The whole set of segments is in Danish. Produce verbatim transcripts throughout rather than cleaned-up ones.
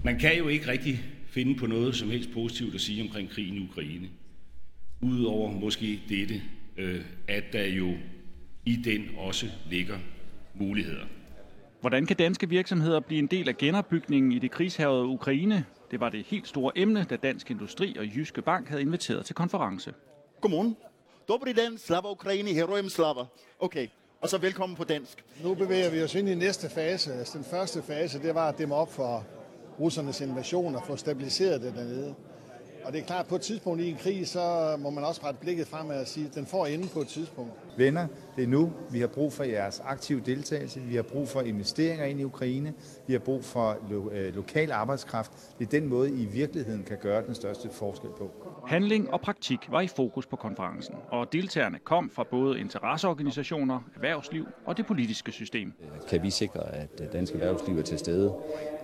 Man kan jo ikke rigtig finde på noget som helst positivt at sige omkring krigen i Ukraine. Udover måske dette, øh, at der jo i den også ligger muligheder. Hvordan kan danske virksomheder blive en del af genopbygningen i det krigshærgede Ukraine? Det var det helt store emne, da Dansk Industri og Jyske Bank havde inviteret til konference. Godmorgen. Dobry den, slava Ukraine, herojem slava. Okay, og så velkommen på dansk. Nu bevæger vi os ind i næste fase. Den første fase, det var at dæmme op for russernes invasion og få stabiliseret det dernede. Og det er klart, at på et tidspunkt i en krig, så må man også rette blikket fremad og sige, at den får ende på et tidspunkt. Venner, det er nu, vi har brug for jeres aktive deltagelse. Vi har brug for investeringer ind i Ukraine. Vi har brug for lo- øh, lokal arbejdskraft. Det er den måde, I i virkeligheden kan gøre den største forskel på. Handling og praktik var i fokus på konferencen, og deltagerne kom fra både interesseorganisationer, erhvervsliv og det politiske system. Kan vi sikre, at dansk erhvervsliv er til stede,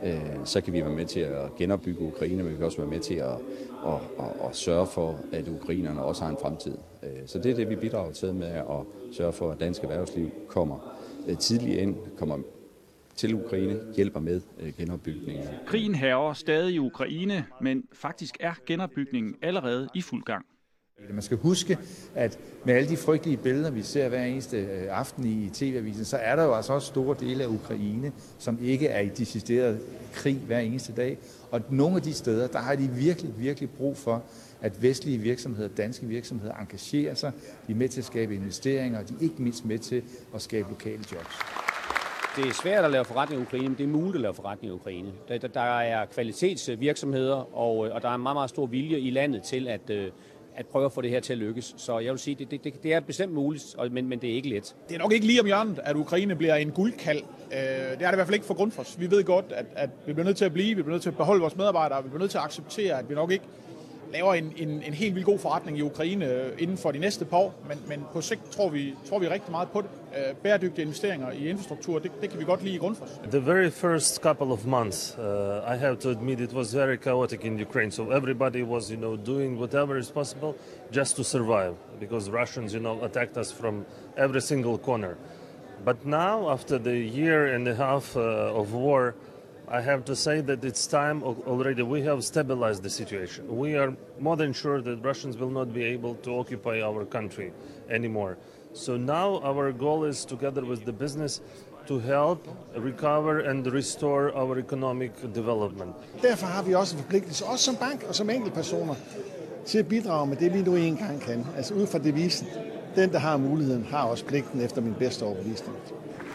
så kan vi være med til at genopbygge Ukraine, men vi kan også være med til at, at, at, at sørge for, at ukrainerne også har en fremtid. Så det er det, vi bidrager til med at sørge for, at dansk erhvervsliv kommer tidligt ind, kommer til Ukraine, hjælper med genopbygningen. Krigen hærger stadig i Ukraine, men faktisk er genopbygningen allerede i fuld gang. Man skal huske, at med alle de frygtelige billeder, vi ser hver eneste aften i T V-avisen, så er der jo altså også store dele af Ukraine, som ikke er i decideret krig hver eneste dag. Og nogle af de steder, der har de virkelig, virkelig brug for, at vestlige virksomheder, danske virksomheder engagerer sig. De er med til at skabe investeringer, og de er ikke mindst med til at skabe lokale jobs. Det er svært at lave forretning i Ukraine, men det er muligt at lave forretning i Ukraine. Der, der, der er kvalitetsvirksomheder, og, og der er en meget, meget stor vilje i landet til at, at prøve at få det her til at lykkes. Så jeg vil sige, det, det, det er bestemt muligt, men, men det er ikke let. Det er nok ikke lige om hjørnet, at Ukraine bliver en guldkald. Det er det i hvert fald ikke for Grundfos. Vi ved godt, at, at vi bliver nødt til at blive, vi bliver nødt til at beholde vores medarbejdere, vi bliver nødt til at acceptere, at vi nok ikke laver en, en, en helt vildt god forretning i Ukraine inden for de næste par år, men, men på sigt tror vi, tror vi rigtig meget på det. Bæredygtige investeringer i infrastruktur, det, det kan vi godt lide i Grundfos. The very first couple of months, uh, I have to admit, it was very chaotic in Ukraine. So everybody was, you know, doing whatever is possible just to survive, because Russians, you know, attacked us from every single corner. But now, after the year and a half uh, of war, I have to say that it's time already. We have stabilized the situation. We are more than sure that Russians will not be able to occupy our country anymore. So now our goal is, together with the business, to help recover and restore our economic development. Derfor har vi også en forpligtelse, også som bank og som enkeltpersoner, til at bidrage med det, vi nu engang kan. Altså ud fra devisen, den der har muligheden, har også pligten efter min bedste overbevisning.